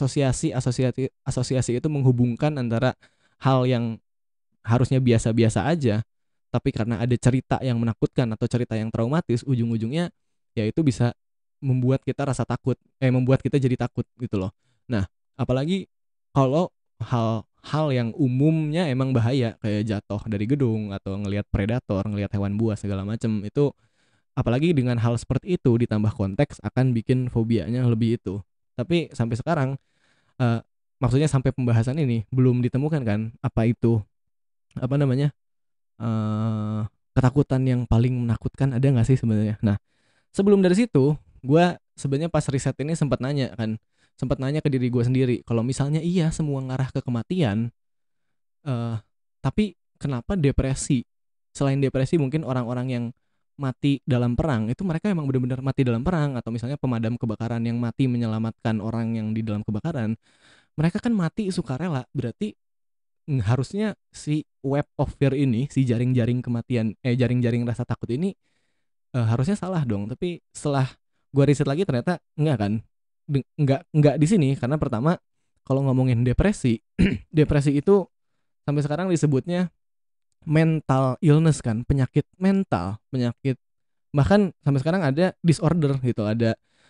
asosiasi itu menghubungkan antara hal yang harusnya biasa-biasa aja, tapi karena ada cerita yang menakutkan atau cerita yang traumatis, ujung-ujungnya ya itu bisa membuat kita rasa takut, membuat kita jadi takut gitu loh. Nah, apalagi kalau hal-hal yang umumnya emang bahaya kayak jatuh dari gedung atau ngelihat predator, ngelihat hewan buas segala macem itu, apalagi dengan hal seperti itu ditambah konteks akan bikin fobianya lebih itu. Tapi sampai sekarang, eh, maksudnya sampai pembahasan ini belum ditemukan kan apa itu, apa namanya, eh ketakutan yang paling menakutkan ada nggak sih sebenarnya. Nah, sebelum dari situ gue sebenarnya pas riset ini sempat nanya ke diri gue sendiri, kalau misalnya iya semua ngarah ke kematian, eh tapi kenapa depresi, selain depresi mungkin orang-orang yang mati dalam perang itu mereka emang benar-benar mati dalam perang, atau misalnya pemadam kebakaran yang mati menyelamatkan orang yang di dalam kebakaran, mereka kan mati sukarela, berarti harusnya si web of fear ini, si jaring-jaring kematian, jaring-jaring rasa takut ini, harusnya salah dong. Tapi setelah gua riset lagi ternyata enggak kan. Enggak di sini, karena pertama kalau ngomongin depresi, depresi itu sampai sekarang disebutnya mental illness kan, penyakit mental, penyakit, bahkan sampai sekarang ada disorder gitu, ada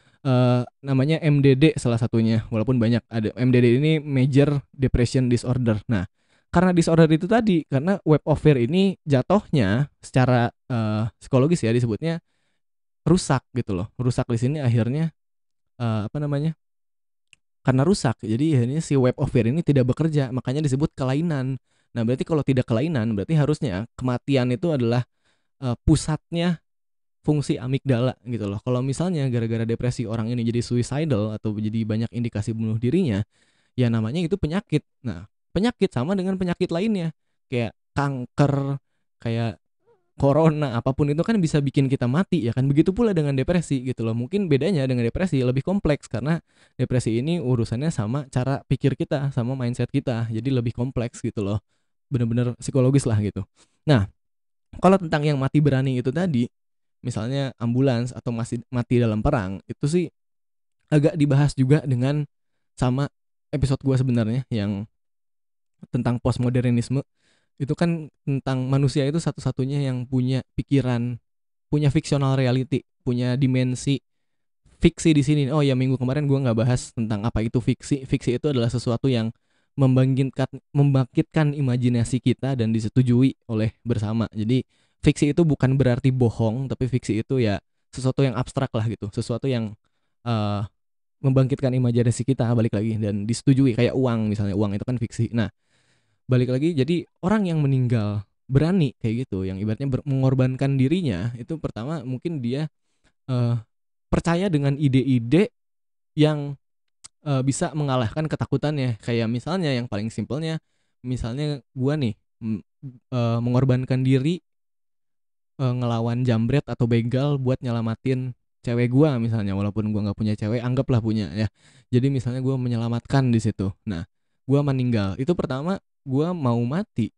namanya MDD salah satunya, walaupun banyak, ada MDD ini Major Depression Disorder. Nah, karena disorder itu tadi, karena web of fear ini jatuhnya secara psikologis ya disebutnya rusak gitu loh. Rusak di sini akhirnya apa namanya? Karena rusak, jadi akhirnya si web of fear ini tidak bekerja, makanya disebut kelainan. Nah, berarti kalau tidak kelainan, berarti harusnya kematian itu adalah pusatnya fungsi amigdala gitu loh. Kalau misalnya gara-gara depresi orang ini jadi suicidal atau jadi banyak indikasi bunuh dirinya, ya namanya itu penyakit. Nah, penyakit sama dengan penyakit lainnya, kayak kanker, kayak corona, apapun itu kan bisa bikin kita mati ya kan. Begitu pula dengan depresi gitu loh. Mungkin bedanya dengan depresi lebih kompleks karena depresi ini urusannya sama cara pikir kita, sama mindset kita. Jadi lebih kompleks gitu loh. Bener-bener psikologis lah gitu. Nah, kalau tentang yang mati berani itu tadi, misalnya ambulans atau masih mati dalam perang, itu sih agak dibahas juga dengan sama episode gua sebenarnya yang tentang postmodernisme. Itu kan tentang manusia itu satu-satunya yang punya pikiran, punya fictional reality, punya dimensi fiksi di sini. Oh ya, minggu kemarin gua nggak bahas tentang apa itu fiksi. Fiksi itu adalah sesuatu yang membangkitkan imajinasi kita dan disetujui oleh bersama. Jadi fiksi itu bukan berarti bohong, tapi fiksi itu ya sesuatu yang abstrak lah gitu, sesuatu yang eh, membangkitkan imajinasi kita, balik lagi, dan disetujui, kayak uang misalnya, uang itu kan fiksi. Nah, balik lagi, jadi orang yang meninggal berani kayak gitu, yang ibaratnya mengorbankan dirinya, itu pertama mungkin dia eh, percaya dengan ide-ide yang bisa mengalahkan ketakutannya. Kayak misalnya yang paling simpelnya, misalnya gua nih mengorbankan diri, ngelawan jambret atau begal buat nyelamatin cewek gua misalnya, walaupun gua nggak punya cewek, anggaplah punya ya. Jadi misalnya gua menyelamatkan di situ. Nah, gua meninggal. Itu pertama gua mau mati.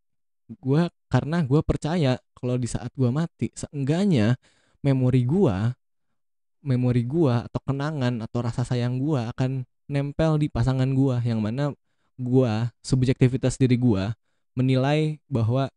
Karena gua percaya kalau di saat gua mati, seenggaknya memori gua atau kenangan atau rasa sayang gua akan nempel di pasangan gua, yang mana subjektivitas diri gua menilai bahwa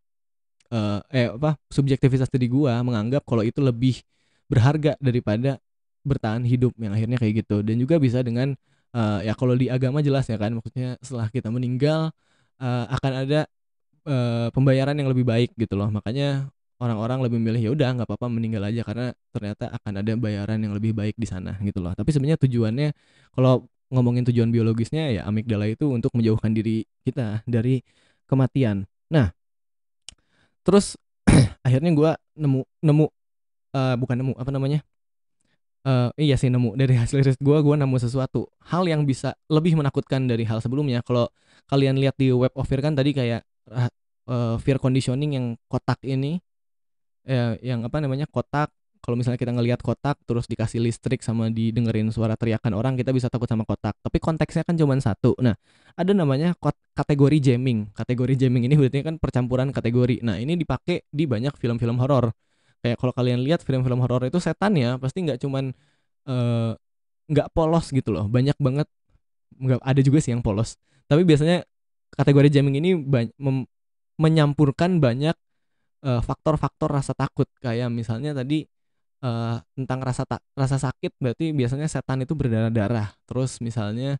subjektivitas diri gua menganggap kalau itu lebih berharga daripada bertahan hidup, yang akhirnya kayak gitu. Dan juga bisa dengan ya kalau di agama jelas ya kan, maksudnya setelah kita meninggal akan ada pembayaran yang lebih baik gitu loh. Makanya orang-orang lebih milih ya udah nggak apa-apa meninggal aja karena ternyata akan ada bayaran yang lebih baik di sana gitu loh. Tapi sebenarnya tujuannya kalau ngomongin tujuan biologisnya ya amigdala itu untuk menjauhkan diri kita dari kematian. Nah, terus akhirnya gua nemu nemu bukan nemu apa namanya? Iya sih nemu dari hasil riset gua nemu sesuatu hal yang bisa lebih menakutkan dari hal sebelumnya. Kalau kalian lihat di web of fear kan tadi kayak fear conditioning yang kotak ini yang apa namanya kotak, kalau misalnya kita ngelihat kotak terus dikasih listrik sama didengerin suara teriakan orang kita bisa takut sama kotak, tapi konteksnya kan cuma satu. Nah, ada namanya kategori jamming. Kategori jamming ini berarti kan percampuran kategori. Nah, ini dipakai di banyak film-film horor. Kayak kalau kalian lihat film-film horor itu setannya pasti nggak cuman eh, nggak polos gitu loh, banyak banget. Nggak ada juga sih yang polos, tapi biasanya kategori jamming ini menyampurkan banyak faktor-faktor rasa takut. Kayak misalnya tadi tentang rasa sakit, berarti biasanya setan itu berdarah-darah. Terus misalnya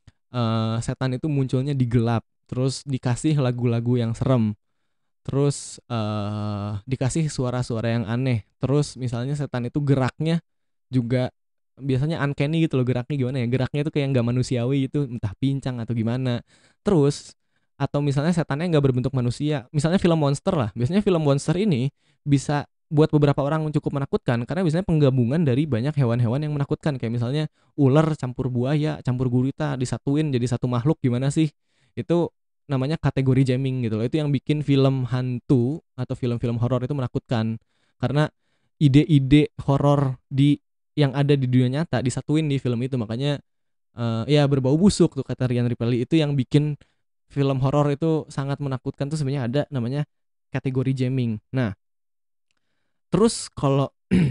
setan itu munculnya di gelap, terus dikasih lagu-lagu yang serem, terus dikasih suara-suara yang aneh. Terus misalnya setan itu geraknya juga biasanya uncanny gitu loh, geraknya gimana ya, geraknya itu kayak nggak manusiawi gitu, entah pincang atau gimana. Terus atau misalnya setannya nggak berbentuk manusia, misalnya film monster lah, biasanya film monster ini bisa buat beberapa orang cukup menakutkan karena biasanya penggabungan dari banyak hewan-hewan yang menakutkan, kayak misalnya ular campur buaya campur gurita disatuin jadi satu makhluk, gimana sih itu, namanya kategori jamming gitu loh. Itu yang bikin film hantu atau film-film horor itu menakutkan karena ide-ide horor di yang ada di dunia nyata disatuin di film itu. Makanya ya berbau busuk tuh kata Rian Ripeli, itu yang bikin film horor itu sangat menakutkan tuh sebenarnya ada namanya kategori jamming. Nah, terus kalau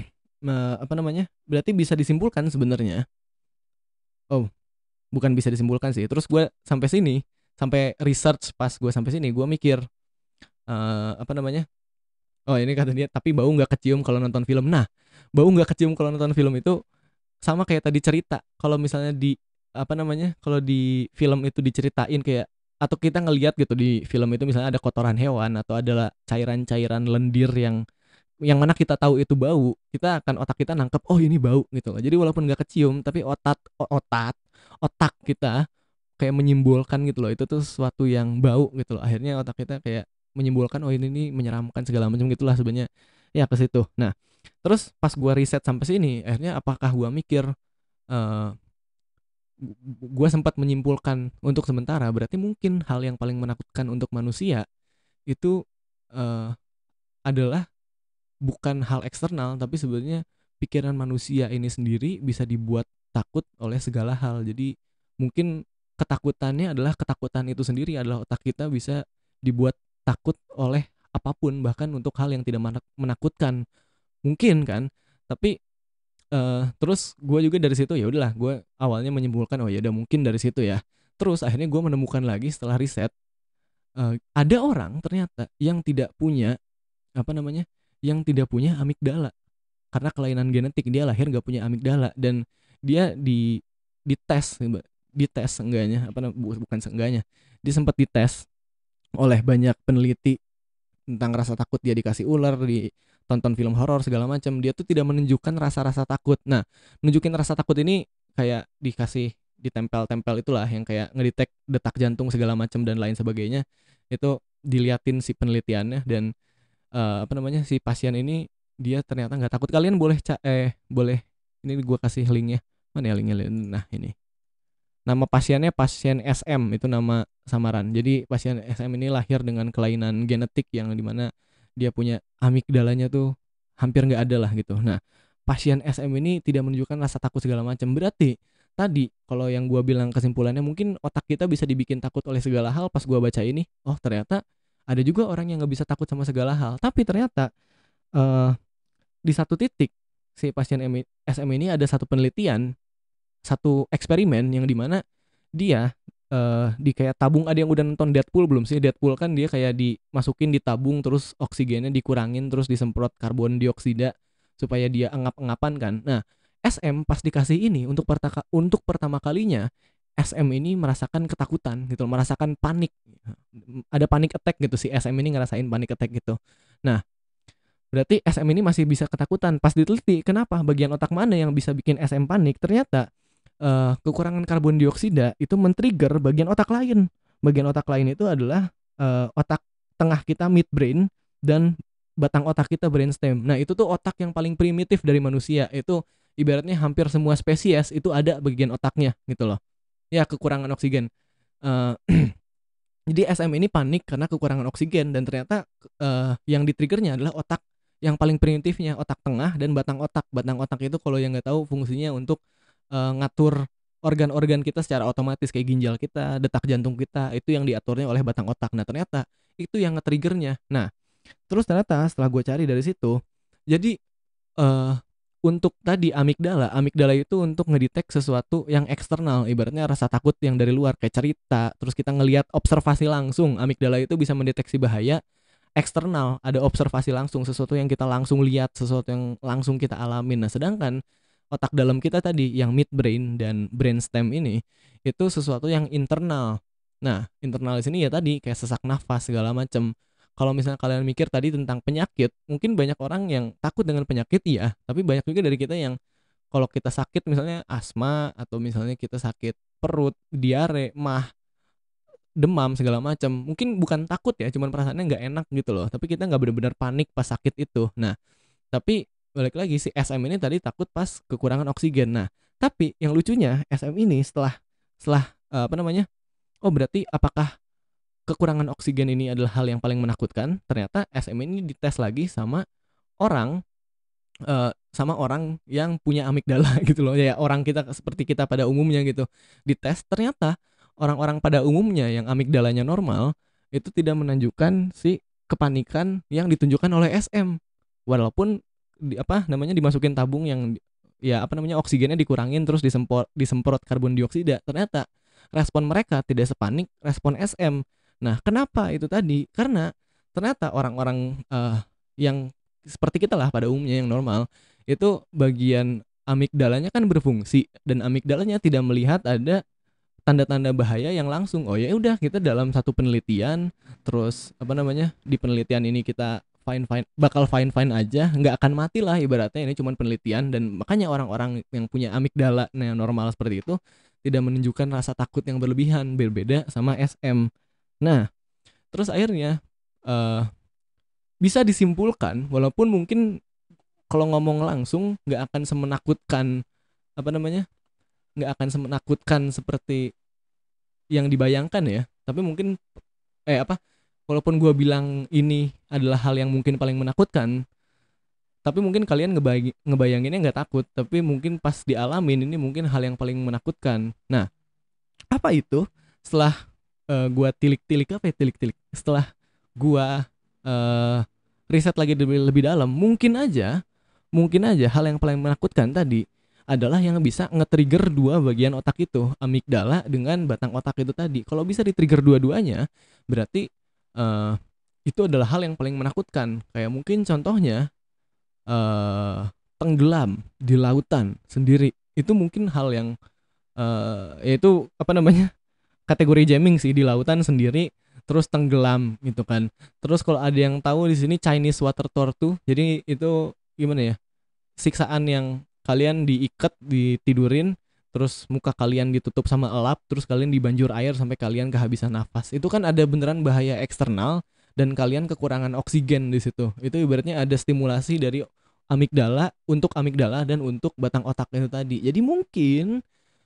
apa namanya? Berarti bisa disimpulkan sebenarnya. Oh, bukan bisa disimpulkan sih. Terus gue sampai sini, sampai research pas gue sampai sini, gue mikir apa namanya? Oh ini kata dia, tapi bau nggak kecium kalau nonton film. Nah, bau nggak kecium kalau nonton film itu sama kayak tadi cerita. Kalau misalnya di apa namanya? Kalau di film itu diceritain kayak atau kita ngelihat gitu di film itu misalnya ada kotoran hewan atau ada cairan-cairan lendir yang mana kita tahu itu bau, kita akan otak kita nangkep oh ini bau gitu loh. Jadi walaupun nggak kecium tapi otak kita kayak menyimpulkan gitu loh itu tuh sesuatu yang bau gitu loh. Akhirnya otak kita kayak menyimpulkan oh ini nih menyeramkan segala macam gitulah sebenarnya ya ke situ. Nah, terus pas gua riset sampai sini, akhirnya apakah gua mikir eh gua sempat menyimpulkan untuk sementara berarti mungkin hal yang paling menakutkan untuk manusia itu eh adalah bukan hal eksternal tapi sebenarnya pikiran manusia ini sendiri bisa dibuat takut oleh segala hal. Jadi mungkin ketakutannya adalah ketakutan itu sendiri adalah otak kita bisa dibuat takut oleh apapun bahkan untuk hal yang tidak menakutkan mungkin kan. Tapi terus gue juga dari situ ya udahlah gue awalnya menyimpulkan oh ya udah mungkin dari situ ya. Terus akhirnya gue menemukan lagi setelah riset ada orang ternyata yang tidak punya apa namanya yang tidak punya amigdala karena kelainan genetik, dia lahir nggak punya amigdala dan dia dites dites seenggaknya bukan seenggaknya dia sempat dites oleh banyak peneliti tentang rasa takut, dia dikasih ular, ditonton film horor segala macam, dia tuh tidak menunjukkan rasa-rasa takut. Nah, nunjukin rasa takut ini kayak dikasih ditempel-tempel itulah yang kayak ngedetek detak jantung segala macam dan lain sebagainya. Itu diliatin si penelitiannya dan apa namanya si pasien ini dia ternyata nggak takut. Kalian boleh ini gua kasih linknya, mana ya linknya, nah ini nama pasiennya pasien SM itu nama samaran. Jadi pasien SM ini lahir dengan kelainan genetik yang dimana dia punya amigdalanya tuh hampir nggak ada lah gitu. Nah, pasien SM ini tidak menunjukkan rasa takut segala macam. Berarti tadi kalau yang gua bilang kesimpulannya mungkin otak kita bisa dibikin takut oleh segala hal. Pas gua baca ini, oh ternyata ada juga orang yang nggak bisa takut sama segala hal. Tapi ternyata eh di satu titik si pasien SM ini ada satu penelitian, satu eksperimen yang dimana dia di kayak tabung. Ada yang udah nonton Deadpool belum sih? Deadpool kan dia kayak dimasukin di tabung terus oksigennya dikurangin terus disemprot karbon dioksida supaya dia engap-engapan kan. Nah, SM pas dikasih ini untuk pertama kalinya SM ini merasakan ketakutan gitu, merasakan panik. Ada panic attack gitu, si SM ini ngerasain panic attack gitu. Nah, berarti SM ini masih bisa ketakutan. Pas diteliti, kenapa bagian otak mana yang bisa bikin SM panik? Ternyata kekurangan karbon dioksida itu men-trigger bagian otak lain. Bagian otak lain itu adalah otak tengah kita midbrain dan batang otak kita brainstem. Nah, itu tuh otak yang paling primitif dari manusia. Itu ibaratnya hampir semua spesies itu ada bagian otaknya gitu loh. Ya, kekurangan oksigen. Eh, jadi SM ini panik karena kekurangan oksigen, dan ternyata yang di-triggernya adalah otak yang paling primitifnya, otak tengah dan batang otak. Batang otak itu kalau yang nggak tahu fungsinya untuk ngatur organ-organ kita secara otomatis, kayak ginjal kita, detak jantung kita, itu yang diaturnya oleh batang otak. Nah, ternyata itu yang nge-triggernya. Nah, terus ternyata setelah gue cari dari situ, jadi eh untuk tadi amigdala, amigdala itu untuk ngedetek sesuatu yang eksternal, ibaratnya rasa takut yang dari luar kayak cerita, terus kita ngelihat observasi langsung. Amigdala itu bisa mendeteksi bahaya eksternal, ada observasi langsung, sesuatu yang kita langsung lihat, sesuatu yang langsung kita alamin. Nah, sedangkan otak dalam kita tadi yang midbrain dan brainstem ini itu sesuatu yang internal. Nah, internal di sini ya tadi kayak sesak nafas segala macam. Kalau misalnya kalian mikir tadi tentang penyakit, mungkin banyak orang yang takut dengan penyakit, iya, tapi banyak juga dari kita yang kalau kita sakit misalnya asma atau misalnya kita sakit perut, diare, mah, demam segala macam, mungkin bukan takut ya, cuman perasaannya nggak enak gitu loh. Tapi kita nggak benar-benar panik pas sakit itu. Nah, tapi balik lagi si SM ini tadi takut pas kekurangan oksigen. Nah, tapi yang lucunya SM ini setelah setelah apa namanya? Oh, berarti apakah kekurangan oksigen ini adalah hal yang paling menakutkan? Ternyata SM ini dites lagi orang sama orang yang punya amigdala gitu loh, ya orang kita seperti kita pada umumnya gitu. Dites, ternyata orang-orang pada umumnya yang amigdalanya normal itu tidak menunjukkan si kepanikan yang ditunjukkan oleh SM. Walaupun dimasukin tabung yang ya oksigennya dikurangin terus disemprot karbon dioksida, ternyata respon mereka tidak sepanik respon SM. Nah, kenapa itu tadi? Karena ternyata orang-orang yang seperti kita lah pada umumnya yang normal, itu bagian amigdalanya kan berfungsi, dan amigdalanya tidak melihat ada tanda-tanda bahaya yang langsung. Oh ya udah, kita dalam satu penelitian, terus di penelitian ini kita bakal fine aja, nggak akan mati lah ibaratnya, ini cuma penelitian. Dan makanya orang-orang yang punya amigdala yang normal seperti itu tidak menunjukkan rasa takut yang berlebihan, berbeda sama SM. Nah, terus akhirnya bisa disimpulkan, walaupun mungkin kalau ngomong langsung nggak akan semenakutkan nggak akan semenakutkan seperti yang dibayangkan ya, tapi mungkin walaupun gue bilang ini adalah hal yang mungkin paling menakutkan, tapi mungkin kalian ngebayanginnya nggak takut, tapi mungkin pas dialamin ini mungkin hal yang paling menakutkan. Nah, apa itu? Setelah gue tilik-tilik setelah gue riset lagi lebih dalam, mungkin aja hal yang paling menakutkan tadi adalah yang bisa nge-trigger dua bagian otak itu, amigdala dengan batang otak itu tadi. Kalau bisa di-trigger dua-duanya, berarti itu adalah hal yang paling menakutkan. Kayak mungkin contohnya tenggelam di lautan sendiri. Itu mungkin hal yang yaitu kategori jamming sih, di lautan sendiri terus tenggelam gitu kan. Terus kalau ada yang tahu di sini Chinese water torture, jadi itu gimana ya? Siksaan yang kalian diikat, ditidurin, terus muka kalian ditutup sama elap, terus kalian dibanjur air sampai kalian kehabisan nafas. Itu kan ada beneran bahaya eksternal dan kalian kekurangan oksigen di situ. Itu ibaratnya ada stimulasi dari amigdala dan untuk batang otak itu tadi. Jadi mungkin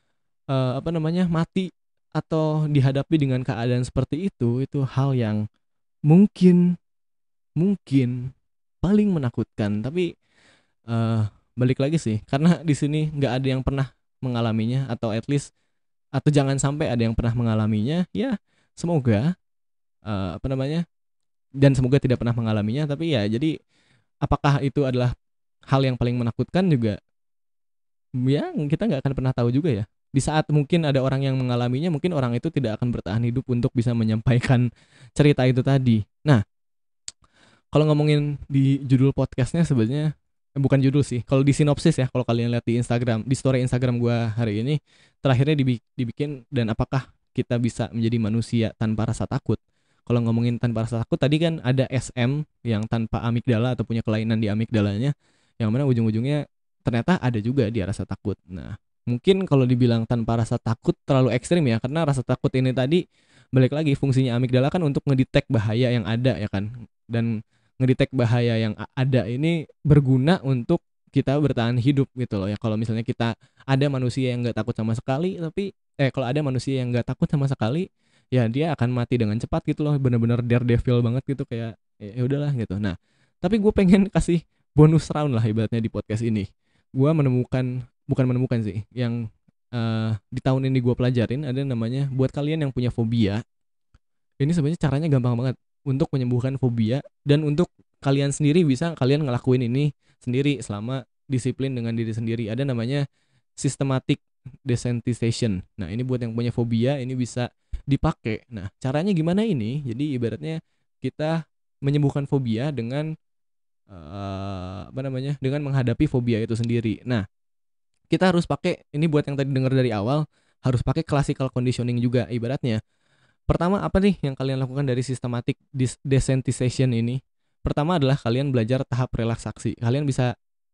mati atau dihadapi dengan keadaan seperti itu hal yang mungkin paling menakutkan. Tapi balik lagi sih, karena di sini nggak ada yang pernah mengalaminya, atau at least atau jangan sampai ada yang pernah mengalaminya. Ya semoga dan semoga tidak pernah mengalaminya. Tapi ya, jadi apakah itu adalah hal yang paling menakutkan juga, ya kita nggak akan pernah tahu juga ya. Di saat mungkin ada orang yang mengalaminya, mungkin orang itu tidak akan bertahan hidup untuk bisa menyampaikan cerita itu tadi. Nah, kalau ngomongin di judul podcastnya sebenarnya bukan judul sih, kalau di sinopsis ya, kalau kalian lihat di Instagram, di story Instagram gue hari ini, terakhirnya dibikin, dan apakah kita bisa menjadi manusia tanpa rasa takut. Kalau ngomongin tanpa rasa takut tadi kan ada SM yang tanpa amigdala atau punya kelainan di amigdalanya, yang mana ujung-ujungnya ternyata ada juga dia rasa takut. Nah, mungkin kalau dibilang tanpa rasa takut terlalu ekstrim ya, karena rasa takut ini tadi balik lagi fungsinya amigdala kan untuk ngedetect bahaya yang ada ya kan. Dan ngedetect bahaya yang ada ini berguna untuk kita bertahan hidup gitu loh ya. Kalau misalnya kita ada manusia yang nggak takut sama sekali, tapi kalau ada manusia yang nggak takut sama sekali, ya dia akan mati dengan cepat gitu loh, bener-bener daredevil banget gitu, kayak ya udahlah gitu. Nah, tapi gue pengen kasih bonus round lah ibaratnya di podcast ini. Gue bukan menemukan sih, yang di tahun ini gue pelajarin ada namanya, buat kalian yang punya fobia, ini sebenarnya caranya gampang banget untuk menyembuhkan fobia, dan untuk kalian sendiri bisa kalian ngelakuin ini sendiri selama disiplin dengan diri sendiri. Ada namanya systematic desensitization. Nah, ini buat yang punya fobia ini bisa dipakai. Nah, caranya gimana ini? Jadi ibaratnya kita menyembuhkan fobia dengan dengan menghadapi fobia itu sendiri. Nah, kita harus pakai ini, buat yang tadi dengar dari awal, harus pakai classical conditioning juga ibaratnya. Pertama apa nih yang kalian lakukan dari systematic desensitization ini? Pertama adalah kalian belajar tahap relaksasi. Kalian bisa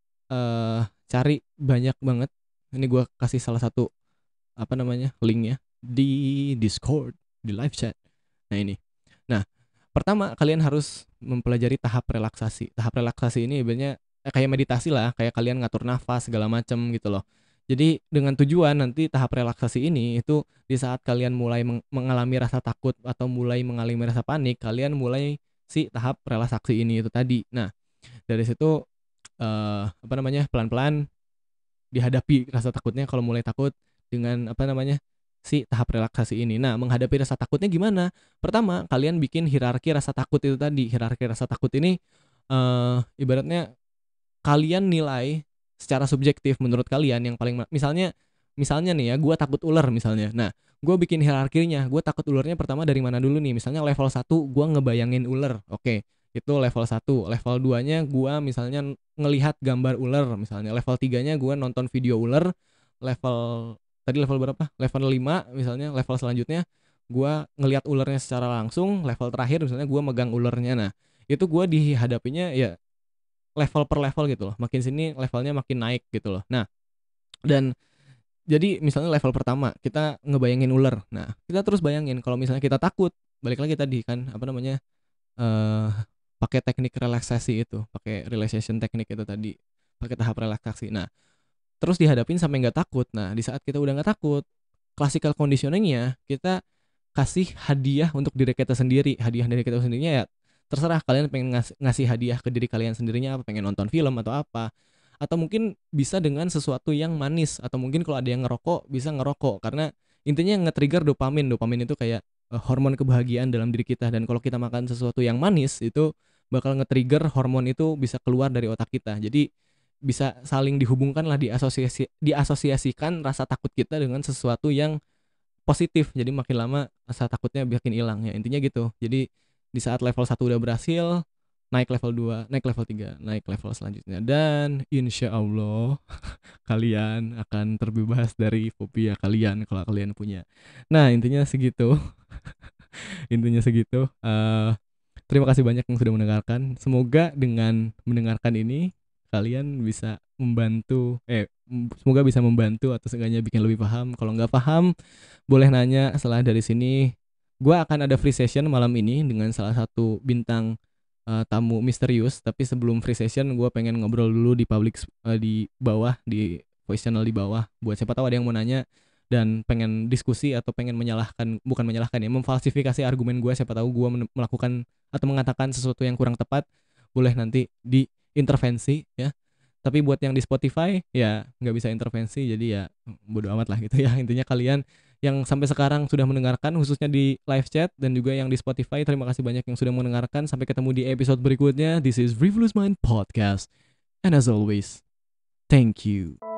cari banyak banget. Ini gue kasih salah satu linknya di Discord, di live chat. Nah ini. Nah, pertama kalian harus mempelajari tahap relaksasi. Tahap relaksasi ini ibaratnya kayak meditasi lah, kayak kalian ngatur nafas segala macem gitu loh. Jadi dengan tujuan nanti tahap relaksasi ini itu di saat kalian mulai mengalami rasa takut atau mulai mengalami rasa panik, kalian mulai si tahap relaksasi ini itu tadi. Nah, dari situ pelan-pelan dihadapi rasa takutnya kalau mulai takut dengan si tahap relaksasi ini. Nah, menghadapi rasa takutnya gimana? Pertama, kalian bikin hierarki rasa takut itu tadi. Hierarki rasa takut ini ibaratnya kalian nilai secara subjektif menurut kalian yang paling misalnya nih ya, gue takut ular misalnya. Nah, gue bikin hierarkinya. Gue takut ularnya pertama dari mana dulu nih? Misalnya level 1 gue ngebayangin ular. Oke, itu level 1. Level 2-nya gue misalnya ngelihat gambar ular misalnya. Level 3-nya gue nonton video ular. Level berapa? Level 5 misalnya. Level selanjutnya gue ngelihat ularnya secara langsung. Level terakhir misalnya gue megang ularnya. Nah, itu gue dihadapinya ya level per level gitu loh. Makin sini levelnya makin naik gitu loh. Nah, dan jadi misalnya level pertama kita ngebayangin ular. Nah, kita terus bayangin kalau misalnya kita takut, balik lagi tadi kan pakai teknik relaksasi itu, pakai relaxation teknik itu tadi, pakai tahap relaksasi. Nah, terus dihadapin sampai nggak takut. Nah, di saat kita udah nggak takut, classical conditioningnya kita kasih hadiah untuk diri kita sendiri. Hadiah dari kita sendirinya ya terserah kalian pengen ngasih hadiah ke diri kalian sendirinya apa, pengen nonton film atau apa, atau mungkin bisa dengan sesuatu yang manis, atau mungkin kalau ada yang ngerokok bisa ngerokok, karena intinya nge-trigger dopamin itu kayak hormon kebahagiaan dalam diri kita, dan kalau kita makan sesuatu yang manis itu bakal nge-trigger hormon itu bisa keluar dari otak kita. Jadi bisa saling dihubungkan lah, diasosiasikan rasa takut kita dengan sesuatu yang positif, jadi makin lama rasa takutnya makin hilang ya, intinya gitu. Jadi di saat level 1 udah berhasil, naik level 2, naik level 3, naik level selanjutnya, dan insya Allah kalian akan terbebas dari fobia kalian kalau kalian punya. Nah, intinya segitu. Intinya segitu. Terima kasih banyak yang sudah mendengarkan. Semoga dengan mendengarkan ini kalian bisa semoga bisa membantu atau seenggaknya bikin lebih paham. Kalau nggak paham, boleh nanya. Setelah dari sini gue akan ada free session malam ini dengan salah satu bintang tamu misterius. Tapi sebelum free session, gue pengen ngobrol dulu di di bawah, di voice channel di bawah. Buat siapa tahu ada yang mau nanya dan pengen diskusi atau pengen bukan menyalahkan ya, memfalsifikasi argumen gue. Siapa tahu gue melakukan atau mengatakan sesuatu yang kurang tepat, boleh nanti diintervensi ya. Tapi buat yang di Spotify ya nggak bisa intervensi, jadi ya bodo amat lah gitu ya. Intinya kalian yang sampai sekarang sudah mendengarkan, khususnya di live chat dan juga yang di Spotify, terima kasih banyak yang sudah mendengarkan. Sampai ketemu di episode berikutnya. This is Frivolous Mind Podcast, and as always, thank you.